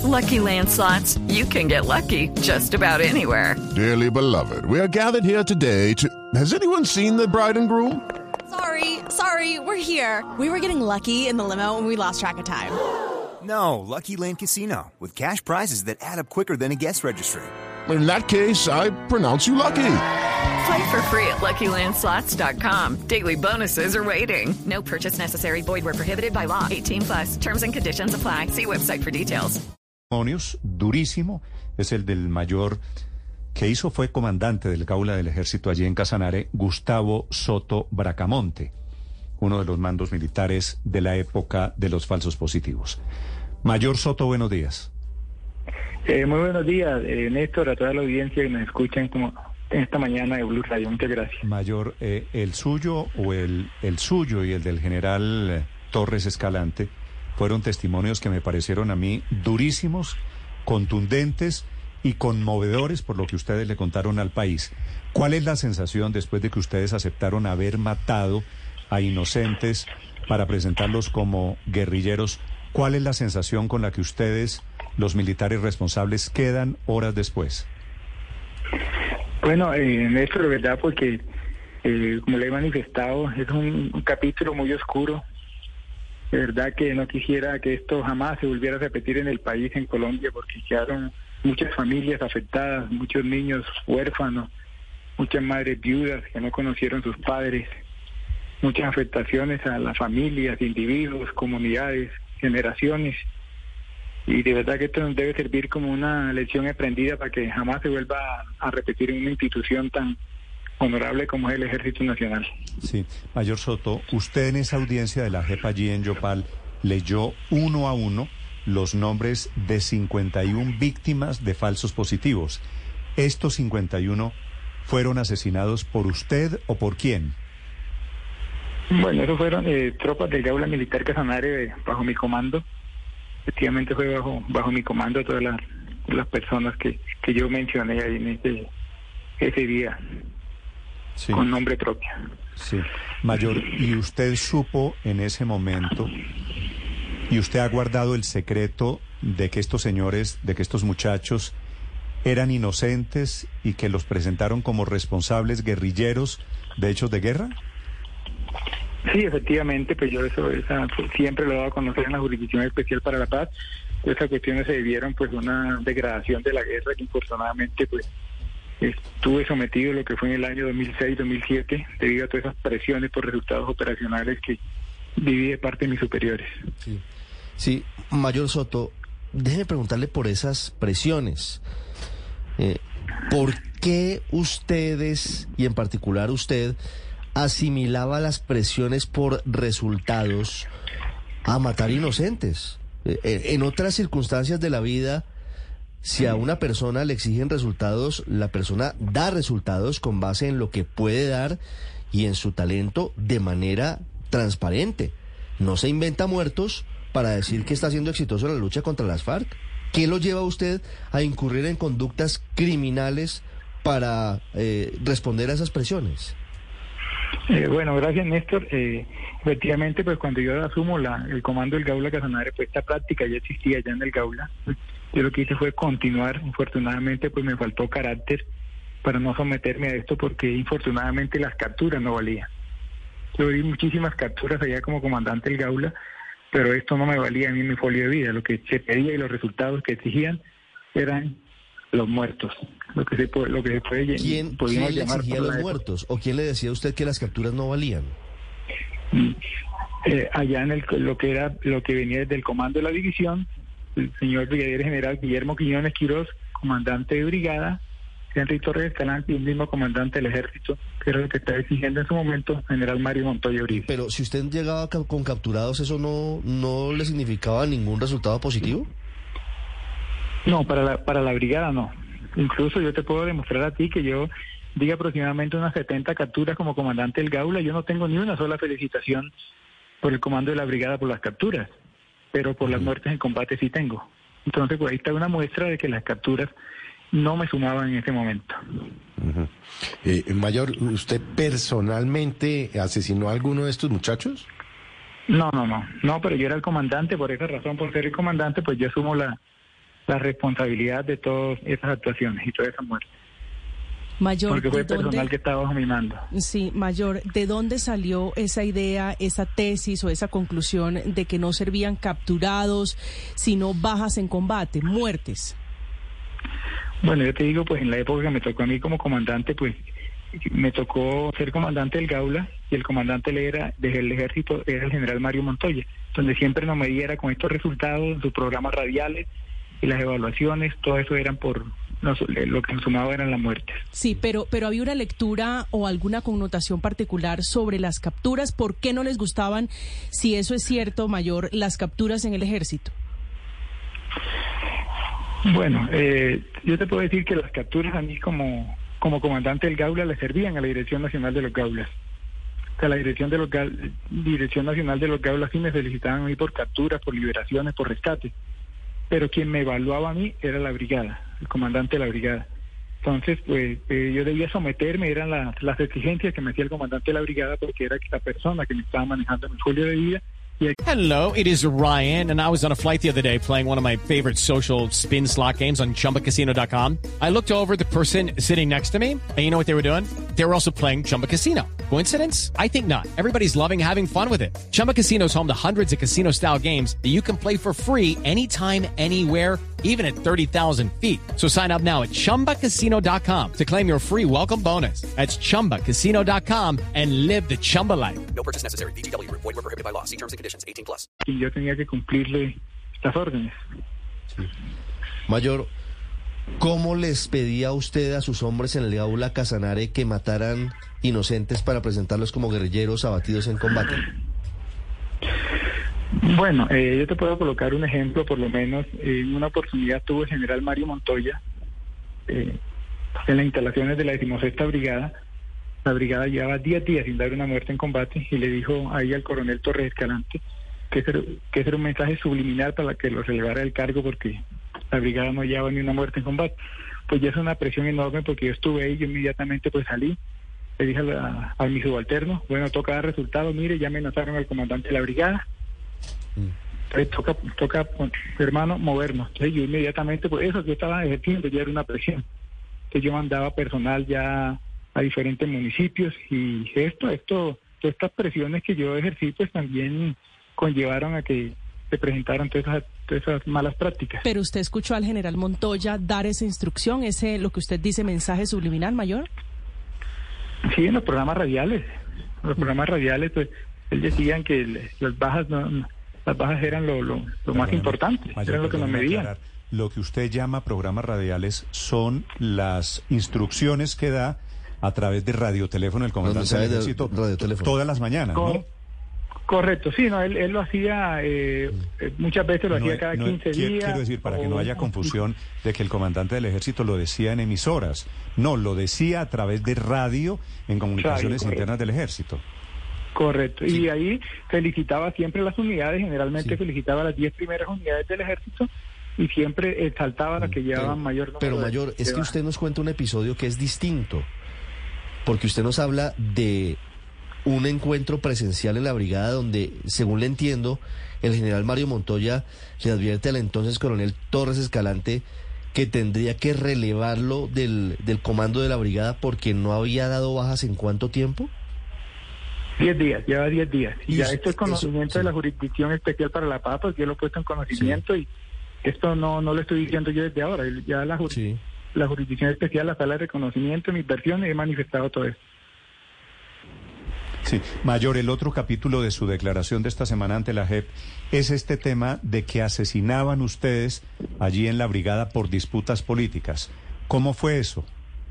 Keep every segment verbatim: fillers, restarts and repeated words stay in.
Lucky Land Slots, you can get lucky just about anywhere. Dearly beloved, we are gathered here today to... Has anyone seen the bride and groom? Sorry, sorry, we're here. We were getting lucky in the limo and we lost track of time. No, Lucky Land Casino, with cash prizes that add up quicker than a guest registry. In that case, I pronounce you lucky. Play for free at Lucky Land Slots dot com. Daily bonuses are waiting. No purchase necessary. Void where prohibited by law. eighteen plus. Terms and conditions apply. See website for details. Durísimo, es el del mayor que hizo, fue comandante del Gaula del Ejército allí en Casanare, Gustavo Soto Bracamonte, uno de los mandos militares de la época de los falsos positivos. Mayor Soto, buenos días. Eh, muy buenos días, eh, Néstor, a toda la audiencia que nos escuchan como en esta mañana de Blue Radio. Muchas gracias. Mayor, eh, el suyo o el, el suyo y el del general eh, Torres Escalante fueron testimonios que me parecieron a mí durísimos, contundentes y conmovedores por lo que ustedes le contaron al país. ¿Cuál es la sensación después de que ustedes aceptaron haber matado a inocentes para presentarlos como guerrilleros? ¿Cuál es la sensación con la que ustedes, los militares responsables, quedan horas después? Bueno, eh, Néstor, de verdad, porque eh, como le he manifestado, es un, un capítulo muy oscuro. De verdad que no quisiera que esto jamás se volviera a repetir en el país, en Colombia, porque quedaron muchas familias afectadas, muchos niños huérfanos, muchas madres viudas que no conocieron sus padres, muchas afectaciones a las familias, individuos, comunidades, generaciones. Y de verdad que esto nos debe servir como una lección aprendida para que jamás se vuelva a, a repetir en una institución tan honorable como es el Ejército Nacional. Sí, Mayor Soto, usted en esa audiencia de la JEP allí en Yopal leyó uno a uno los nombres de cincuenta y una víctimas de falsos positivos. ¿Estos cincuenta y uno fueron asesinados por usted o por quién? Bueno, esos fueron eh, tropas del Gaula Militar Casanare bajo mi comando. Efectivamente fue bajo bajo mi comando todas las, las personas que, que yo mencioné ahí en ese, ese día. Sí. Con nombre propio. Sí. Mayor, ¿y usted supo en ese momento, y usted ha guardado el secreto de que estos señores, de que estos muchachos eran inocentes y que los presentaron como responsables guerrilleros de hechos de guerra? Sí, efectivamente, pues yo eso esa, pues, siempre lo he dado a conocer en la Jurisdicción Especial para la Paz. Esas cuestiones se debieron pues a una degradación de la guerra que infortunadamente pues estuve sometido a lo que fue en el año dos mil seis, dos mil siete, debido a todas esas presiones por resultados operacionales que viví de parte de mis superiores. Sí, sí, Mayor Soto, déjeme preguntarle por esas presiones. Eh, ¿Por qué ustedes, y en particular usted, asimilaba las presiones por resultados a matar inocentes? Eh, en otras circunstancias de la vida, si a una persona le exigen resultados, la persona da resultados con base en lo que puede dar y en su talento de manera transparente. No se inventa muertos para decir que está siendo exitoso en la lucha contra las FARC. ¿Qué lo lleva a usted a incurrir en conductas criminales para eh, responder a esas presiones? Eh, bueno, gracias, Néstor. Eh, efectivamente, pues cuando yo asumo la, el comando del Gaula Casanare, pues esta práctica ya existía ya en el Gaula. Yo lo que hice fue continuar. Infortunadamente, pues me faltó carácter para no someterme a esto, porque infortunadamente las capturas no valían. Yo vi muchísimas capturas allá como comandante del Gaula, pero esto no me valía a mí mi folio de vida. Lo que se pedía y los resultados que exigían eran los muertos. Lo que se puede, lo que se puede ¿Quién, ¿quién le exigía los muertos? ¿O quién le decía a usted que las capturas no valían? Eh, allá en el, lo que era lo que venía desde el comando de la división, el señor brigadier general Guillermo Quiñones Quirós, comandante de brigada, Henry Torres Escalante y un mismo comandante del ejército, que era lo que estaba exigiendo en su momento general Mario Montoya Uribe. Pero si usted llegaba con capturados, ¿eso no, no le significaba ningún resultado positivo? No, para la, para la brigada no. Incluso yo te puedo demostrar a ti que yo di aproximadamente unas setenta capturas como comandante del Gaula. Yo no tengo ni una sola felicitación por el comando de la brigada por las capturas, pero por las muertes en combate sí tengo. Entonces, pues ahí está una muestra de que las capturas no me sumaban en ese momento. Uh-huh. eh, Mayor, ¿usted personalmente asesinó a alguno de estos muchachos? No, no, no, no, pero yo era el comandante. Por esa razón, por ser el comandante, pues yo asumo la la responsabilidad de todas esas actuaciones y toda esa muerte. Mayor, porque fue ¿de personal dónde? que estaba bajo mi mando. Sí, Mayor, ¿de dónde salió esa idea, esa tesis o esa conclusión de que no servían capturados, sino bajas en combate, muertes? Bueno, yo te digo, pues en la época que me tocó a mí como comandante, pues me tocó ser comandante del Gaula y el comandante era, del ejército era el general Mario Montoya, donde siempre nos medía con estos resultados, sus programas radiales y las evaluaciones, todo eso eran por... No, lo que nos sumaba eran las muertes. Sí, pero, pero había una lectura o alguna connotación particular sobre las capturas. ¿Por qué no les gustaban, si eso es cierto, Mayor, las capturas en el ejército? Bueno, eh, yo te puedo decir que las capturas a mí como, como comandante del Gaula le servían a la Dirección Nacional de los Gaulas. O sea, la Dirección, de los Gaul- Dirección Nacional de los Gaulas sí me felicitaban a mí por capturas, por liberaciones, por rescates. Pero quien me evaluaba a mí era la brigada, el comandante de la brigada. Entonces, pues eh, yo debía someterme, eran las, las exigencias que me hacía el comandante de la brigada, porque era la persona que me estaba manejando mi folio de vida. Y hay... Hello, it is Ryan, and I was on a flight the other day playing one of my favorite social spin slot games on Chumba Casino dot com. I looked over at the person sitting next to me, and you know what they were doing? They were also playing Chumba Casino. Coincidence? I think not. Everybody's loving having fun with it. Chumba Casino is home to hundreds of casino-style games that you can play for free anytime, anywhere, even at thirty thousand feet. So sign up now at Chumba Casino dot com to claim your free welcome bonus. That's Chumba Casino dot com and live the Chumba life. No purchase necessary. V G W. Void where prohibited by law. See terms and conditions. eighteen plus. Y yo tenía que cumplirle estas órdenes. Sí. Mayor, ¿cómo les pedía usted a sus hombres en el Gaula Casanare que mataran inocentes para presentarlos como guerrilleros abatidos en combate? Bueno, eh, yo te puedo colocar un ejemplo, por lo menos. En una oportunidad tuvo el general Mario Montoya eh, en las instalaciones de la decimosexta brigada. La brigada llevaba diez días sin dar una muerte en combate y le dijo ahí al coronel Torres Escalante que ese, que ese era un mensaje subliminal para que lo relevara del cargo, porque la brigada no llevaba ni una muerte en combate. Pues ya es una presión enorme, porque yo estuve ahí, yo inmediatamente pues salí, le dije a, la, a mi subalterno, bueno, toca dar resultados, mire, ya amenazaron al comandante de la brigada. Entonces toca, toca, hermano, movernos. Entonces yo inmediatamente, pues eso yo estaba ejerciendo, ya era una presión. Entonces yo mandaba personal ya a diferentes municipios, y esto, esto, todas estas presiones que yo ejercí, pues también conllevaron a que se presentaran todas esas, todas esas malas prácticas. Pero usted escuchó al general Montoya dar esa instrucción, ese, lo que usted dice, mensaje subliminal, Mayor. Sí, en los programas radiales, en los programas radiales, pues, él decían que el, las bajas no, no, las bajas eran lo, lo, lo más importante, Mayor, eran lo que nos medían. aclarar. Lo que usted llama programas radiales son las instrucciones que da a través de radioteléfono el comandante del ejército todas las mañanas, Cor- ¿no? Correcto, sí, no, él, él lo hacía, eh, muchas veces lo No, hacía cada no, quince quiero, días. Quiero decir, para o... que no haya confusión de que el comandante del ejército lo decía en emisoras. No, lo decía a través de radio en comunicaciones Radio, internas del ejército. Correcto, sí. Y ahí felicitaba siempre a las unidades, generalmente Sí. felicitaba a las diez primeras unidades del ejército y siempre exaltaba a las que llevaban Pero, mayor número. pero de- Mayor, es que de- usted nos cuenta un episodio que es distinto, porque usted nos habla de un encuentro presencial en la brigada donde, según le entiendo, el general Mario Montoya le advierte al entonces coronel Torres Escalante que tendría que relevarlo del, del comando de la brigada porque no había dado bajas en cuánto tiempo. Diez días, lleva diez días. Y, Y ya eso- esto es conocimiento eso, de sí. la Jurisdicción Especial para la Paz, pues yo lo he puesto en conocimiento, y esto no no lo estoy diciendo yo desde ahora, ya la, jur- Sí. la Jurisdicción Especial, la Sala de Reconocimiento, mis versiones, he manifestado todo esto. Sí, Mayor, el otro capítulo de su declaración de esta semana ante la J E P es este tema de que asesinaban ustedes allí en la brigada por disputas políticas. ¿Cómo fue eso?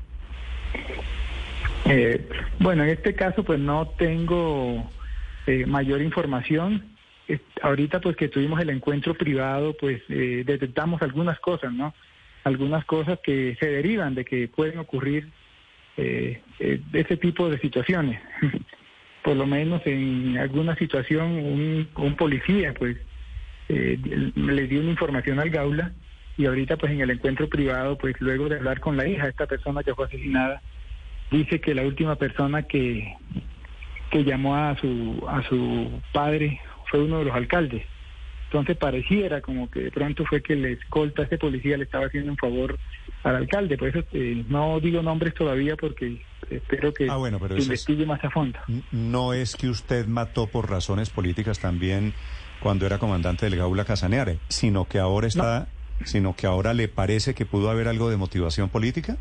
Eh, bueno, en este caso pues no tengo eh, mayor información. Eh, ahorita pues que tuvimos el encuentro privado, pues eh, detectamos algunas cosas, ¿no? Algunas cosas que se derivan de que pueden ocurrir eh, eh, ese tipo de situaciones. Por lo menos en alguna situación un, un policía pues eh, le dio una información al Gaula, y ahorita pues en el encuentro privado, pues luego de hablar con la hija de esta persona que fue asesinada, dice que la última persona que que llamó a su a su padre fue uno de los alcaldes, Entonces pareciera como que de pronto fue que el escolta a este policía le estaba haciendo un favor al alcalde. Por eso eh, no digo nombres todavía porque espero que ah, bueno, pero se eso investigue es, más a fondo. No es que usted mató por razones políticas también cuando era comandante del Gaula Casanare, sino que ahora está, no. sino que ahora le parece que pudo haber algo de motivación política.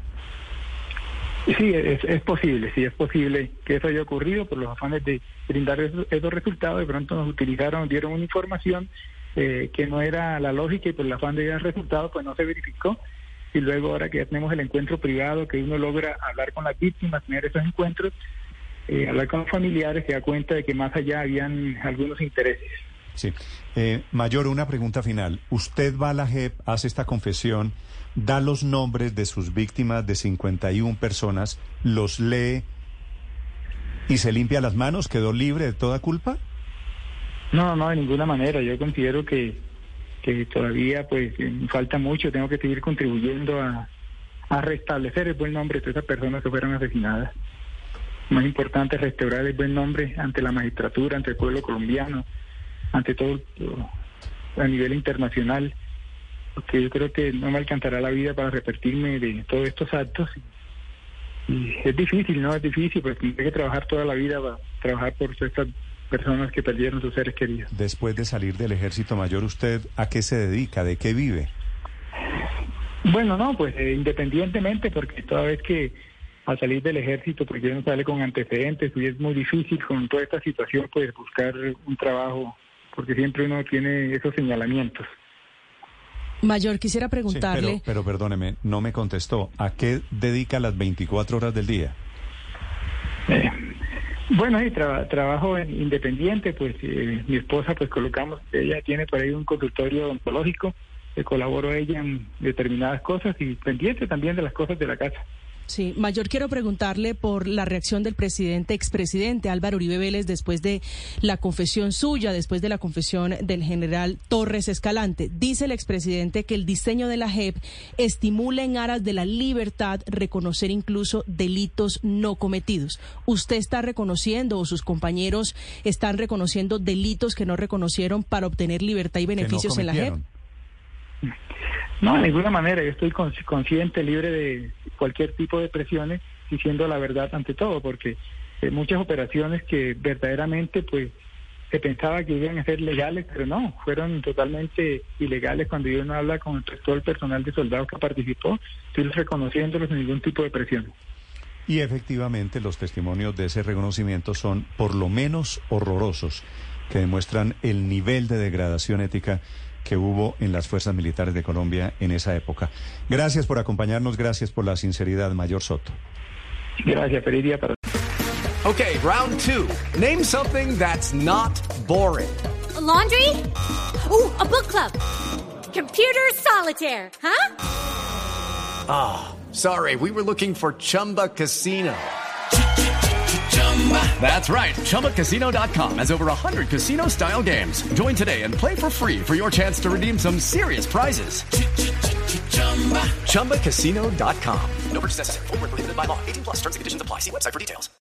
Sí, es, es posible, sí, es posible que eso haya ocurrido por los afanes de brindar esos, esos resultados. De pronto nos utilizaron, dieron una información eh, que no era la lógica y por el afán de dar resultados pues no se verificó. Y luego ahora que ya tenemos el encuentro privado, que uno logra hablar con las víctimas, tener esos encuentros, eh, hablar con los familiares, se da cuenta de que más allá habían algunos intereses. Sí. Eh, Mayor, una pregunta final. Usted va a la J E P, hace esta confesión, da los nombres de sus víctimas de cincuenta y una personas, los lee y se limpia las manos, ¿quedó libre de toda culpa? No, no, de ninguna manera. Yo considero que, que todavía pues falta mucho, tengo que seguir contribuyendo a, a restablecer el buen nombre de todas esas personas que fueron asesinadas. Más importante es restaurar el buen nombre ante la magistratura, ante el pueblo colombiano, ante todo a nivel internacional, porque yo creo que no me alcanzará la vida para repetirme de todos estos actos. Y es difícil, ¿no? Es difícil, porque tendré que trabajar toda la vida para trabajar por estas personas que perdieron sus seres queridos. Después de salir del Ejército Mayor, ¿usted a qué se dedica? ¿De qué vive? Bueno, no, pues eh, independientemente, porque toda vez que al salir del Ejército, porque uno sale con antecedentes y es muy difícil con toda esta situación, pues buscar un trabajo, porque siempre uno tiene esos señalamientos. Mayor, quisiera preguntarle... Sí, pero, pero perdóneme, no me contestó. ¿A qué dedica las veinticuatro horas del día? Eh, bueno, sí, tra trabajo en independiente, pues eh, mi esposa, pues colocamos, ella tiene por ahí un consultorio odontológico, le colaboro a ella en determinadas cosas y pendiente también de las cosas de la casa. Sí, Mayor, quiero preguntarle por la reacción del presidente, expresidente Álvaro Uribe Vélez después de la confesión suya, después de la confesión del general Torres Escalante. Dice el expresidente que el diseño de la J E P estimula en aras de la libertad reconocer incluso delitos no cometidos. ¿Usted está reconociendo o sus compañeros están reconociendo delitos que no reconocieron para obtener libertad y beneficios no en la J E P? No, de ninguna manera. Yo estoy consciente, libre de cualquier tipo de presiones, diciendo la verdad ante todo, porque eh, muchas operaciones que verdaderamente pues se pensaba que iban a ser legales, pero no, fueron totalmente ilegales. Cuando uno habla con todo el personal de soldados que participó, estoy reconociéndolos sin ningún tipo de presión. Y efectivamente los testimonios de ese reconocimiento son por lo menos horrorosos, que demuestran el nivel de degradación ética que hubo en las fuerzas militares de Colombia en esa época. Gracias por acompañarnos, gracias por la sinceridad, Mayor Soto. Gracias, feliz día para... Okay, round two. Name something that's not boring. A laundry? Ooh, a book club. Computer solitaire, huh? Ah, oh, sorry, we were looking for Chumba Casino. That's right. Chumba Casino dot com has over one hundred casino-style games. Join today and play for free for your chance to redeem some serious prizes. Chumba Casino dot com. No purchase necessary. Void where prohibited by law. eighteen plus terms and conditions apply. See website for details.